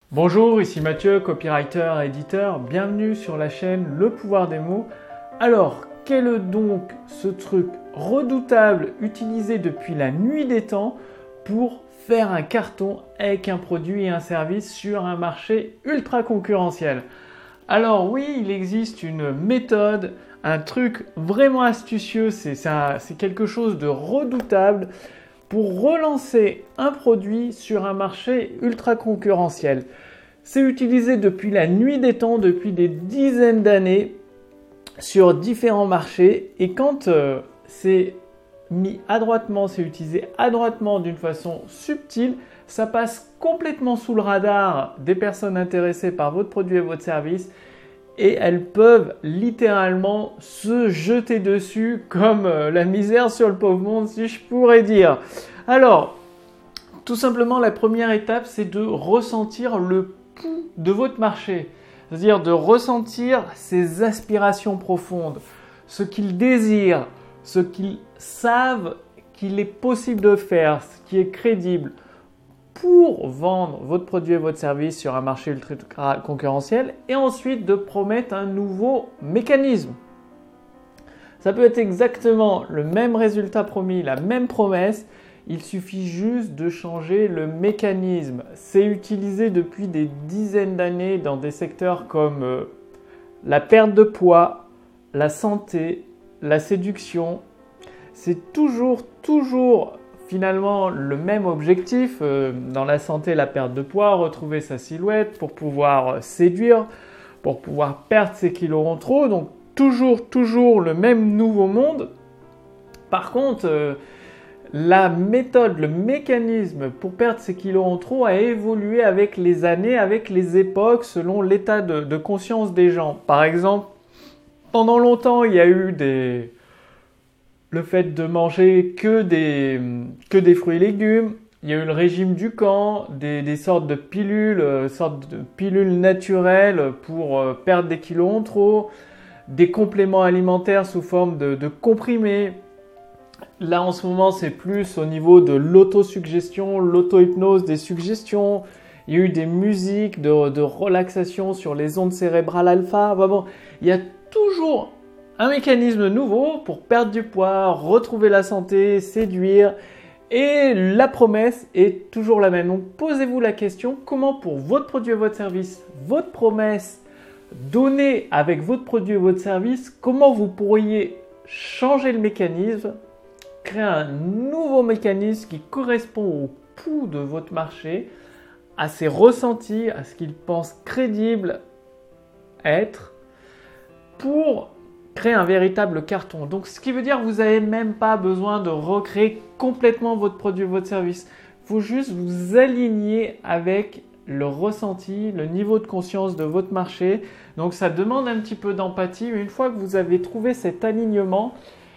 Bonjour, ici Mathieu, copywriter et éditeur. Bienvenue sur la chaîne Le Pouvoir des mots. Alors, quel est donc ce truc redoutable utilisé depuis la nuit des temps pour faire un carton avec un produit et un service sur un marché ultra concurrentiel? Alors oui, il existe une méthode, un truc vraiment astucieux, c'est quelque chose de redoutable pour relancer un produit sur un marché ultra concurrentiel. C'est utilisé depuis la nuit des temps, depuis des dizaines d'années sur différents marchés, et quand c'est mis adroitement, c'est utilisé adroitement d'une façon subtile, ça passe complètement sous le radar des personnes intéressées par votre produit et votre service, et elles peuvent littéralement se jeter dessus comme la misère sur le pauvre monde, si je pourrais dire. Alors, tout simplement, la première étape, c'est de ressentir le pouls de votre marché. C'est-à-dire de ressentir ses aspirations profondes, ce qu'ils désirent, ce qu'ils savent qu'il est possible de faire, ce qui est crédible pour vendre votre produit et votre service sur un marché ultra concurrentiel, et ensuite de promettre un nouveau mécanisme. Ça peut être exactement le même résultat promis, la même promesse, il suffit juste de changer le mécanisme. C'est utilisé depuis des dizaines d'années dans des secteurs comme la perte de poids, la santé, la séduction. C'est toujours finalement le même objectif. Dans la santé, la perte de poids, retrouver sa silhouette pour pouvoir séduire, pour pouvoir perdre ses kilos en trop. Donc toujours le même nouveau monde. Par contre, la méthode, le mécanisme pour perdre ses kilos en trop a évolué avec les années, avec les époques, selon l'état de conscience des gens. Par exemple, pendant longtemps, il y a eu le fait de manger que des fruits et légumes. Il y a eu le régime du camp, des sortes de pilules naturelles pour perdre des kilos en trop, des compléments alimentaires sous forme de comprimés. Là, en ce moment, c'est plus au niveau de l'autosuggestion, l'auto-hypnose des suggestions. Il y a eu des musiques de relaxation sur les ondes cérébrales alpha. Bon, il y a toujours un mécanisme nouveau pour perdre du poids, retrouver la santé, séduire. Et la promesse est toujours la même. Donc, posez-vous la question, comment pour votre produit et votre service, votre promesse donnée avec votre produit et votre service, comment vous pourriez changer le mécanisme, créer un nouveau mécanisme qui correspond au pouls de votre marché, à ses ressentis, à ce qu'il pense crédible être, pour créer un véritable carton. Donc, ce qui veut dire que vous n'avez même pas besoin de recréer complètement votre produit ou votre service. Il faut juste vous aligner avec le ressenti, le niveau de conscience de votre marché. Donc, ça demande un petit peu d'empathie. Mais une fois que vous avez trouvé cet alignement,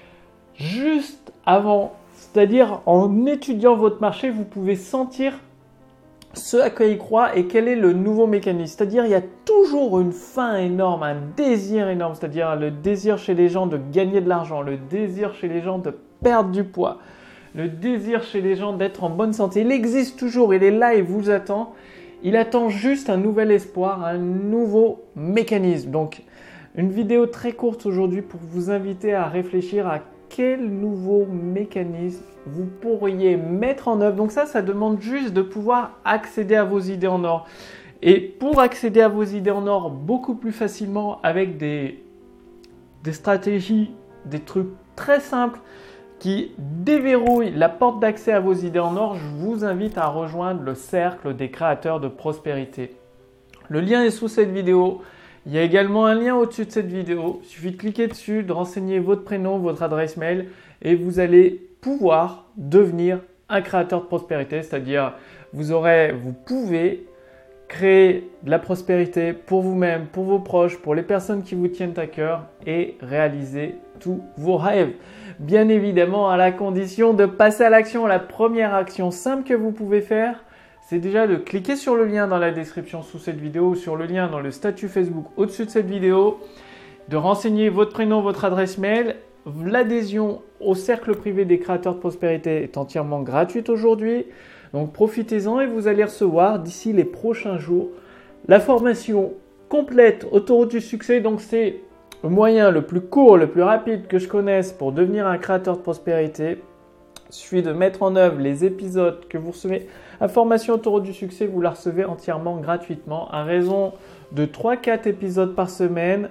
juste avant, c'est-à-dire en étudiant votre marché, vous pouvez sentir ce à quoi il croit et quel est le nouveau mécanisme. C'est-à-dire il y a toujours une faim énorme, un désir énorme, c'est-à-dire le désir chez les gens de gagner de l'argent, le désir chez les gens de perdre du poids, le désir chez les gens d'être en bonne santé. Il existe toujours, il est là, il vous attend. Il attend juste un nouvel espoir, un nouveau mécanisme. Donc, une vidéo très courte aujourd'hui pour vous inviter à réfléchir à quel nouveau mécanisme vous pourriez mettre en œuvre. Donc ça demande juste de pouvoir accéder à vos idées en or. Et pour accéder à vos idées en or beaucoup plus facilement avec des stratégies, des trucs très simples qui déverrouillent la porte d'accès à vos idées en or, je vous invite à rejoindre le cercle des créateurs de prospérité. Le lien est sous cette vidéo. Il y a également un lien au-dessus de cette vidéo. Il suffit de cliquer dessus, de renseigner votre prénom, votre adresse mail, et vous allez pouvoir devenir un créateur de prospérité. C'est-à-dire, vous pouvez créer de la prospérité pour vous-même, pour vos proches, pour les personnes qui vous tiennent à cœur et réaliser tous vos rêves. Bien évidemment, à la condition de passer à l'action. La première action simple que vous pouvez faire, c'est déjà de cliquer sur le lien dans la description sous cette vidéo ou sur le lien dans le statut Facebook au-dessus de cette vidéo, de renseigner votre prénom, votre adresse mail. L'adhésion au cercle privé des créateurs de prospérité est entièrement gratuite aujourd'hui. Donc profitez-en et vous allez recevoir d'ici les prochains jours la formation complète Autoroute du succès. Donc c'est le moyen le plus court, le plus rapide que je connaisse pour devenir un créateur de prospérité. Il suffit de mettre en œuvre les épisodes que vous recevez. La formation Autoroute du succès, vous la recevez entièrement gratuitement à raison de 3-4 épisodes par semaine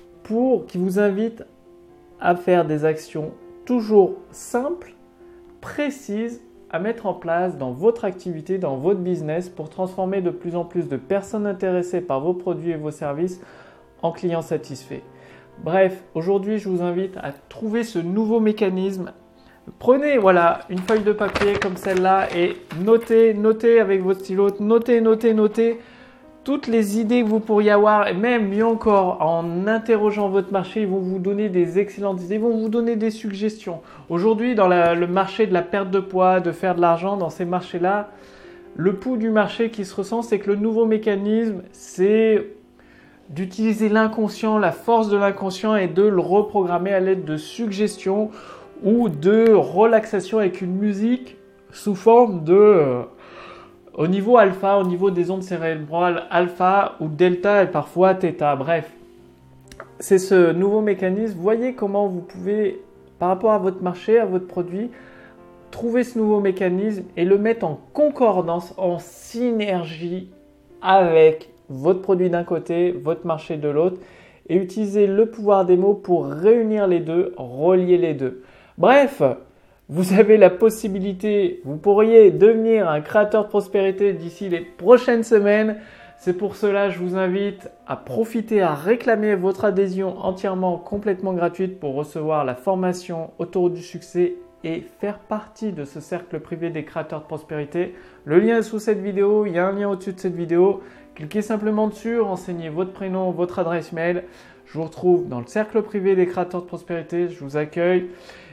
qui vous invitent à faire des actions toujours simples, précises, à mettre en place dans votre activité, dans votre business pour transformer de plus en plus de personnes intéressées par vos produits et vos services en clients satisfaits. Bref, aujourd'hui, je vous invite à trouver ce nouveau mécanisme. Prenez une feuille de papier comme celle-là et notez avec votre stylo, notez toutes les idées que vous pourriez avoir et même mieux encore en interrogeant votre marché, ils vont vous donner des excellentes idées, ils vont vous donner des suggestions. Aujourd'hui, dans le marché de la perte de poids, de faire de l'argent, dans ces marchés-là, le pouls du marché qui se ressent, c'est que le nouveau mécanisme, c'est d'utiliser l'inconscient, la force de l'inconscient et de le reprogrammer à l'aide de suggestions ou de relaxation avec une musique sous forme de au niveau alpha, au niveau des ondes cérébrales alpha ou delta et parfois theta. Bref, c'est ce nouveau mécanisme. Voyez comment vous pouvez, par rapport à votre marché, à votre produit, trouver ce nouveau mécanisme et le mettre en concordance, en synergie avec votre produit d'un côté, votre marché de l'autre et utiliser le pouvoir des mots pour réunir les deux, relier les deux. Bref, vous avez la possibilité, vous pourriez devenir un créateur de prospérité d'ici les prochaines semaines. C'est pour cela que je vous invite à profiter, à réclamer votre adhésion entièrement, complètement gratuite pour recevoir la formation Autoroute du succès et faire partie de ce cercle privé des créateurs de prospérité. Le lien est sous cette vidéo, il y a un lien au-dessus de cette vidéo. Cliquez simplement dessus, renseignez votre prénom, votre adresse mail. Je vous retrouve dans le cercle privé des créateurs de prospérité. Je vous accueille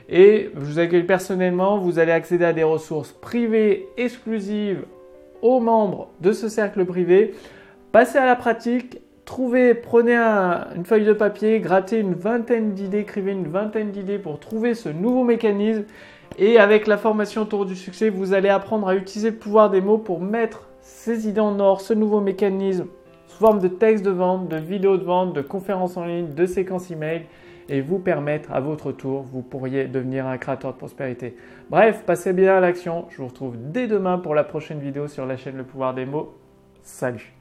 et je vous accueille personnellement. Vous allez accéder à des ressources privées exclusives aux membres de ce cercle privé. Passez à la pratique. Prenez une feuille de papier, grattez une vingtaine d'idées, écrivez une vingtaine d'idées pour trouver ce nouveau mécanisme. Et avec la formation Autoroute du succès, vous allez apprendre à utiliser le pouvoir des mots pour mettre ces idées en or, ce nouveau mécanisme sous forme de texte de vente, de vidéos de vente, de conférences en ligne, de séquences email et vous permettre à votre tour, vous pourriez devenir un créateur de prospérité. Bref, passez bien à l'action. Je vous retrouve dès demain pour la prochaine vidéo sur la chaîne Le Pouvoir des mots. Salut!